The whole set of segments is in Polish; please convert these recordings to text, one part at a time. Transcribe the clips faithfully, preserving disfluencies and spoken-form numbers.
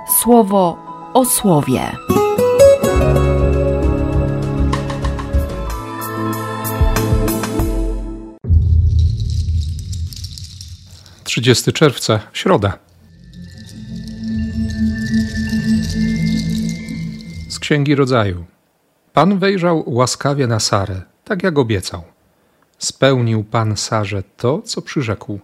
Słowo o słowie. trzydziestego czerwca, środa. Z Księgi Rodzaju. Pan wejrzał łaskawie na Sarę, tak jak obiecał. Spełnił Pan Sarze to, co przyrzekł.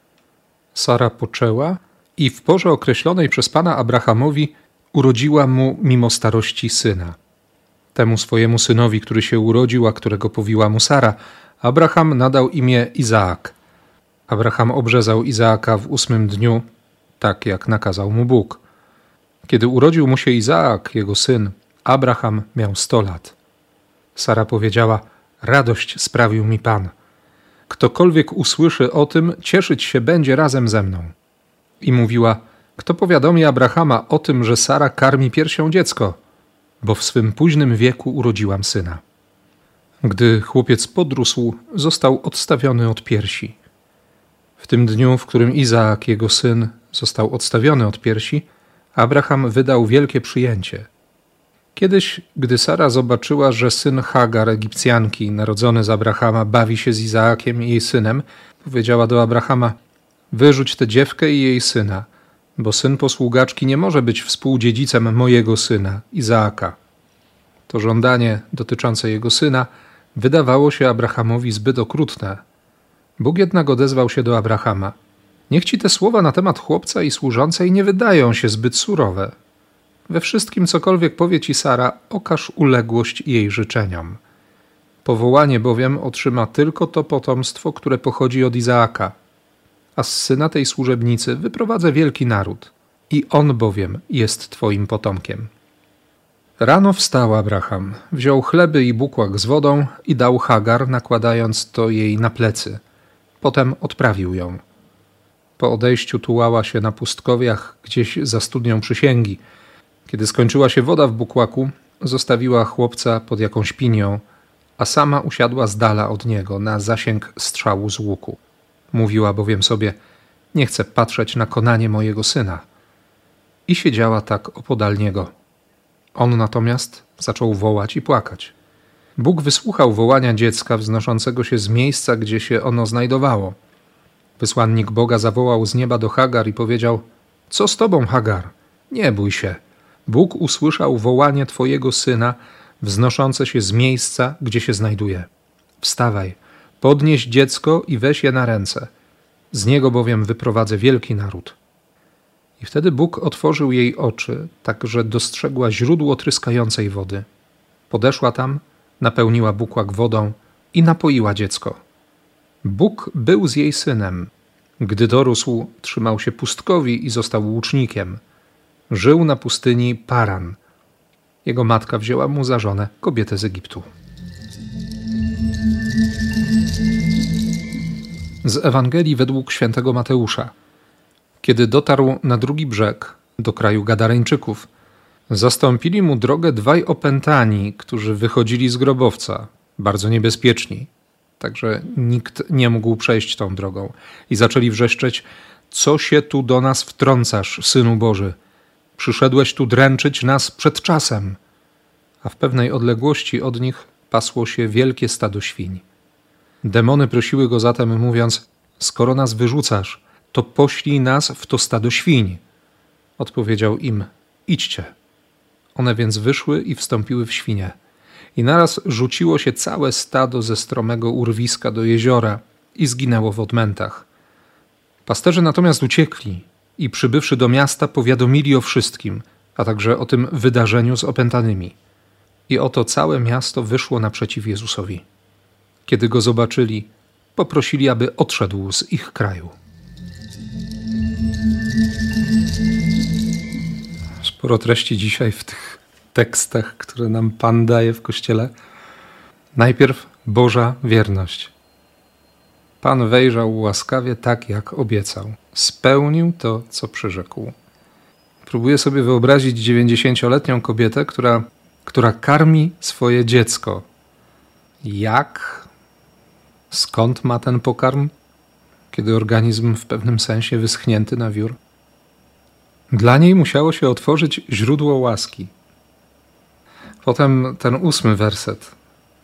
Sara poczęła i w porze określonej przez Pana Abrahamowi urodziła mu mimo starości syna. Temu swojemu synowi, który się urodził, a którego powiła mu Sara, Abraham nadał imię Izaak. Abraham obrzezał Izaaka w ósmym dniu, tak jak nakazał mu Bóg. Kiedy urodził mu się Izaak, jego syn, Abraham miał sto lat. Sara powiedziała: radość sprawił mi Pan. Ktokolwiek usłyszy o tym, cieszyć się będzie razem ze mną. I mówiła: kto powiadomi Abrahama o tym, że Sara karmi piersią dziecko? Bo w swym późnym wieku urodziłam syna. Gdy chłopiec podrósł, został odstawiony od piersi. W tym dniu, w którym Izaak, jego syn, został odstawiony od piersi, Abraham wydał wielkie przyjęcie. Kiedyś, gdy Sara zobaczyła, że syn Hagar, Egipcjanki, narodzony z Abrahama, bawi się z Izaakiem i jej synem, powiedziała do Abrahama: wyrzuć tę dziewkę i jej syna, bo syn posługaczki nie może być współdziedzicem mojego syna, Izaaka. To żądanie dotyczące jego syna wydawało się Abrahamowi zbyt okrutne. Bóg jednak odezwał się do Abrahama: niech ci te słowa na temat chłopca i służącej nie wydają się zbyt surowe. We wszystkim, cokolwiek powie ci Sara, okaż uległość jej życzeniom. Powołanie bowiem otrzyma tylko to potomstwo, które pochodzi od Izaaka. A z syna tej służebnicy wyprowadzę wielki naród. I on bowiem jest twoim potomkiem. Rano wstał Abraham, wziął chleby i bukłak z wodą i dał Hagar, nakładając to jej na plecy. Potem odprawił ją. Po odejściu tułała się na pustkowiach gdzieś za studnią przysięgi. Kiedy skończyła się woda w bukłaku, zostawiła chłopca pod jakąś pinią, a sama usiadła z dala od niego na zasięg strzału z łuku. Mówiła bowiem sobie: nie chcę patrzeć na konanie mojego syna. I siedziała tak opodal niego. On natomiast zaczął wołać i płakać. Bóg wysłuchał wołania dziecka wznoszącego się z miejsca, gdzie się ono znajdowało. Wysłannik Boga zawołał z nieba do Hagar i powiedział: co z tobą, Hagar? Nie bój się. Bóg usłyszał wołanie twojego syna wznoszące się z miejsca, gdzie się znajduje. Wstawaj, podnieś dziecko i weź je na ręce. Z niego bowiem wyprowadzę wielki naród. I wtedy Bóg otworzył jej oczy, tak że dostrzegła źródło tryskającej wody. Podeszła tam, napełniła bukłak wodą i napoiła dziecko. Bóg był z jej synem. Gdy dorósł, trzymał się pustkowi i został łucznikiem. Żył na pustyni Paran. Jego matka wzięła mu za żonę kobietę z Egiptu. Z Ewangelii według świętego Mateusza. Kiedy dotarł na drugi brzeg, do kraju Gadareńczyków, zastąpili mu drogę dwaj opętani, którzy wychodzili z grobowca, bardzo niebezpieczni, także nikt nie mógł przejść tą drogą. I zaczęli wrzeszczeć: co się tu do nas wtrącasz, Synu Boży? Przyszedłeś tu dręczyć nas przed czasem. A w pewnej odległości od nich pasło się wielkie stado świń. Demony prosiły go zatem, mówiąc: skoro nas wyrzucasz, to poślij nas w to stado świń. Odpowiedział im: idźcie. One więc wyszły i wstąpiły w świnie. I naraz rzuciło się całe stado ze stromego urwiska do jeziora i zginęło w odmętach. Pasterze natomiast uciekli i przybywszy do miasta powiadomili o wszystkim, a także o tym wydarzeniu z opętanymi. I oto całe miasto wyszło naprzeciw Jezusowi. Kiedy go zobaczyli, poprosili, aby odszedł z ich kraju. Sporo treści dzisiaj w tych tekstach, które nam Pan daje w Kościele. Najpierw Boża wierność. Pan wejrzał łaskawie tak, jak obiecał. Spełnił to, co przyrzekł. Próbuję sobie wyobrazić dziewięćdziesięcioletnią kobietę, która, która karmi swoje dziecko. Jak? Skąd ma ten pokarm? Kiedy organizm w pewnym sensie wyschnięty na wiór? Dla niej musiało się otworzyć źródło łaski. Potem ten ósmy werset,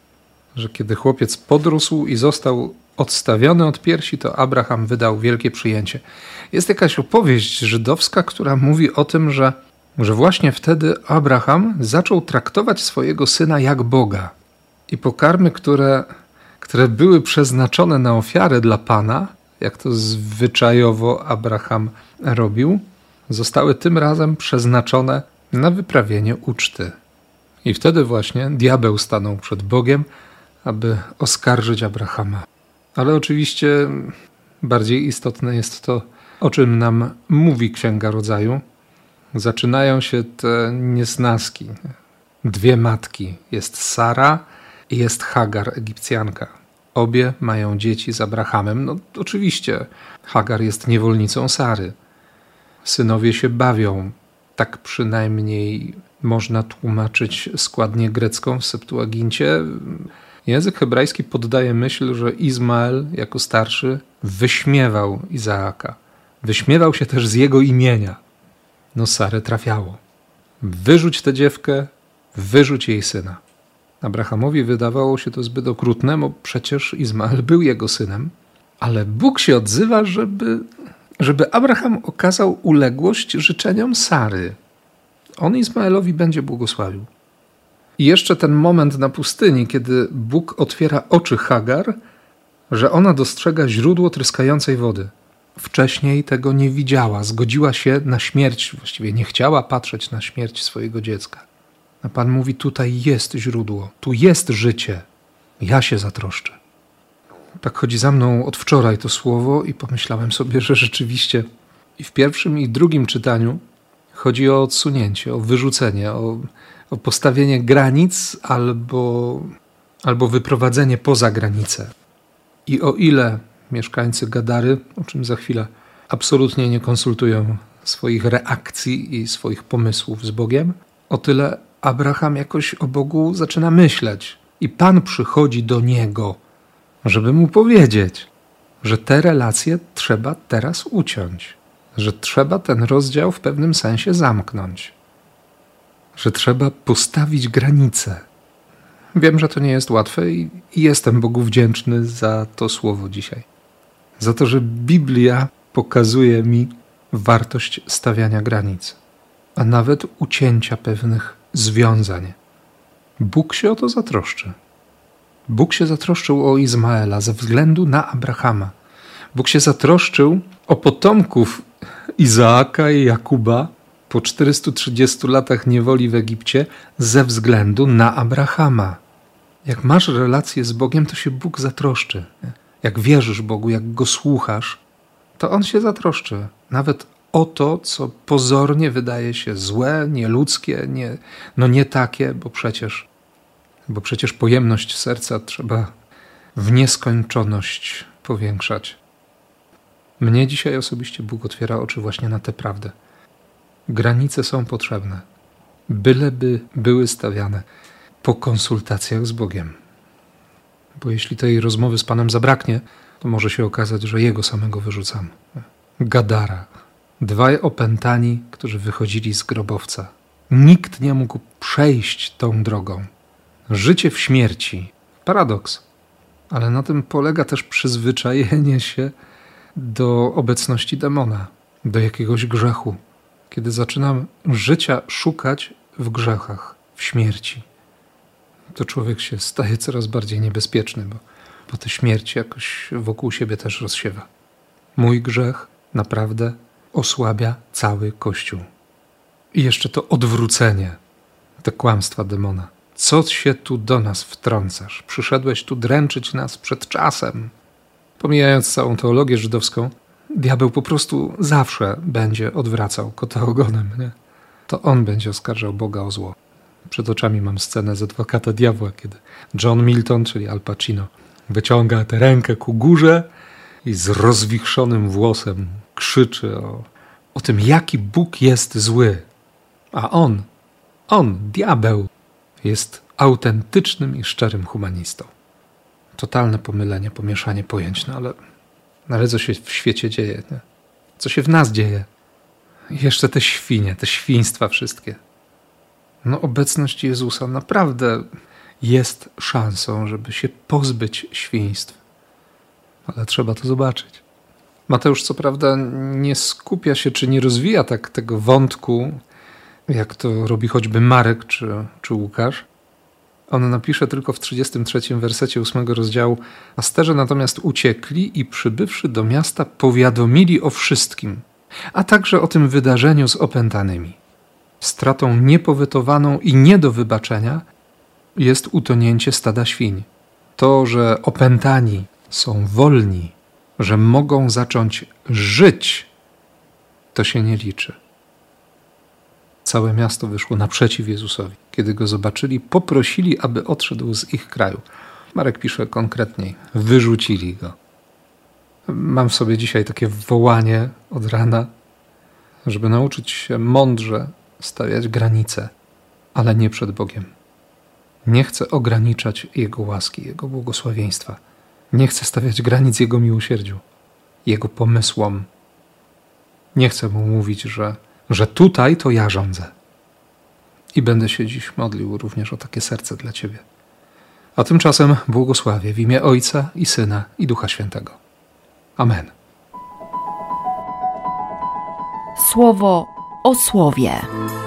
że kiedy chłopiec podrósł i został odstawiony od piersi, to Abraham wydał wielkie przyjęcie. Jest jakaś opowieść żydowska, która mówi o tym, że, że właśnie wtedy Abraham zaczął traktować swojego syna jak Boga. I pokarmy, które, które były przeznaczone na ofiarę dla Pana, jak to zwyczajowo Abraham robił, zostały tym razem przeznaczone na wyprawienie uczty. I wtedy właśnie diabeł stanął przed Bogiem, aby oskarżyć Abrahama. Ale oczywiście bardziej istotne jest to, o czym nam mówi Księga Rodzaju. Zaczynają się te niesnaski. Dwie matki. Jest Sara i jest Hagar, Egipcjanka. Obie mają dzieci z Abrahamem. No oczywiście Hagar jest niewolnicą Sary. Synowie się bawią. Tak przynajmniej można tłumaczyć składnię grecką w Septuagincie. Język hebrajski poddaje myśl, że Izmael jako starszy wyśmiewał Izaaka. Wyśmiewał się też z jego imienia. No Sarę trafiało. Wyrzuć tę dziewkę, wyrzuć jej syna. Abrahamowi wydawało się to zbyt okrutne, bo przecież Izmael był jego synem. Ale Bóg się odzywa, żeby, żeby Abraham okazał uległość życzeniom Sary. On Izmaelowi będzie błogosławił. I jeszcze ten moment na pustyni, kiedy Bóg otwiera oczy Hagar, że ona dostrzega źródło tryskającej wody. Wcześniej tego nie widziała, zgodziła się na śmierć, właściwie nie chciała patrzeć na śmierć swojego dziecka. A Pan mówi, tutaj jest źródło, tu jest życie, ja się zatroszczę. Tak chodzi za mną od wczoraj to słowo i pomyślałem sobie, że rzeczywiście i w pierwszym i drugim czytaniu chodzi o odsunięcie, o wyrzucenie, o, o postawienie granic albo, albo wyprowadzenie poza granicę. I o ile mieszkańcy Gadary, o czym za chwilę, absolutnie nie konsultują swoich reakcji i swoich pomysłów z Bogiem, o tyle Abraham jakoś o Bogu zaczyna myśleć. I Pan przychodzi do niego, żeby mu powiedzieć, że te relacje trzeba teraz uciąć, że trzeba ten rozdział w pewnym sensie zamknąć, że trzeba postawić granice. Wiem, że to nie jest łatwe i jestem Bogu wdzięczny za to słowo dzisiaj. Za to, że Biblia pokazuje mi wartość stawiania granic, a nawet ucięcia pewnych związań. Bóg się o to zatroszczy. Bóg się zatroszczył o Izmaela ze względu na Abrahama. Bóg się zatroszczył o potomków Izaaka i Jakuba po czterystu trzydziestu latach niewoli w Egipcie ze względu na Abrahama. Jak masz relację z Bogiem, to się Bóg zatroszczy. Jak wierzysz Bogu, jak Go słuchasz, to On się zatroszczy. Nawet o to, co pozornie wydaje się złe, nieludzkie, nie, no nie takie, bo przecież, bo przecież pojemność serca trzeba w nieskończoność powiększać. Mnie dzisiaj osobiście Bóg otwiera oczy właśnie na tę prawdę. Granice są potrzebne, byleby były stawiane po konsultacjach z Bogiem. Bo jeśli tej rozmowy z Panem zabraknie, to może się okazać, że Jego samego wyrzucam. Gadara. Dwaj opętani, którzy wychodzili z grobowca. Nikt nie mógł przejść tą drogą. Życie w śmierci. Paradoks. Ale na tym polega też przyzwyczajenie się do obecności demona, do jakiegoś grzechu. Kiedy zaczynam życia szukać w grzechach, w śmierci, to człowiek się staje coraz bardziej niebezpieczny, bo, bo tę śmierć jakoś wokół siebie też rozsiewa. Mój grzech naprawdę osłabia cały Kościół. I jeszcze to odwrócenie, te kłamstwa demona. Co się tu do nas wtrącasz? Przyszedłeś tu dręczyć nas przed czasem. Pomijając całą teologię żydowską, diabeł po prostu zawsze będzie odwracał kota ogonem, nie? To on będzie oskarżał Boga o zło. Przed oczami mam scenę z Adwokata Diabła, kiedy John Milton, czyli Al Pacino, wyciąga tę rękę ku górze i z rozwichrzonym włosem krzyczy o, o tym, jaki Bóg jest zły. A on, on, diabeł, jest autentycznym i szczerym humanistą. Totalne pomylenie, pomieszanie pojęć, no ale, ale co się w świecie dzieje? Nie? Co się w nas dzieje? I jeszcze te świnie, te świństwa wszystkie. No, obecność Jezusa naprawdę jest szansą, żeby się pozbyć świństw. Ale trzeba to zobaczyć. Mateusz co prawda nie skupia się, czy nie rozwija tak tego wątku, jak to robi choćby Marek czy, czy Łukasz. On napisze tylko w trzydziestym trzecim wersecie ósmego rozdziału: pasterze natomiast uciekli i przybywszy do miasta powiadomili o wszystkim, a także o tym wydarzeniu z opętanymi. Stratą niepowetowaną i nie do wybaczenia jest utonięcie stada świń. To, że opętani są wolni, że mogą zacząć żyć, to się nie liczy. Całe miasto wyszło naprzeciw Jezusowi. Kiedy go zobaczyli, poprosili, aby odszedł z ich kraju. Marek pisze konkretniej: wyrzucili go. Mam w sobie dzisiaj takie wołanie od rana, żeby nauczyć się mądrze stawiać granice, ale nie przed Bogiem. Nie chcę ograniczać Jego łaski, Jego błogosławieństwa. Nie chcę stawiać granic Jego miłosierdziu, Jego pomysłom. Nie chcę Mu mówić, że, że tutaj to ja rządzę. I będę się dziś modlił również o takie serce dla Ciebie. A tymczasem błogosławię w imię Ojca i Syna i Ducha Świętego. Amen. Słowo o słowie.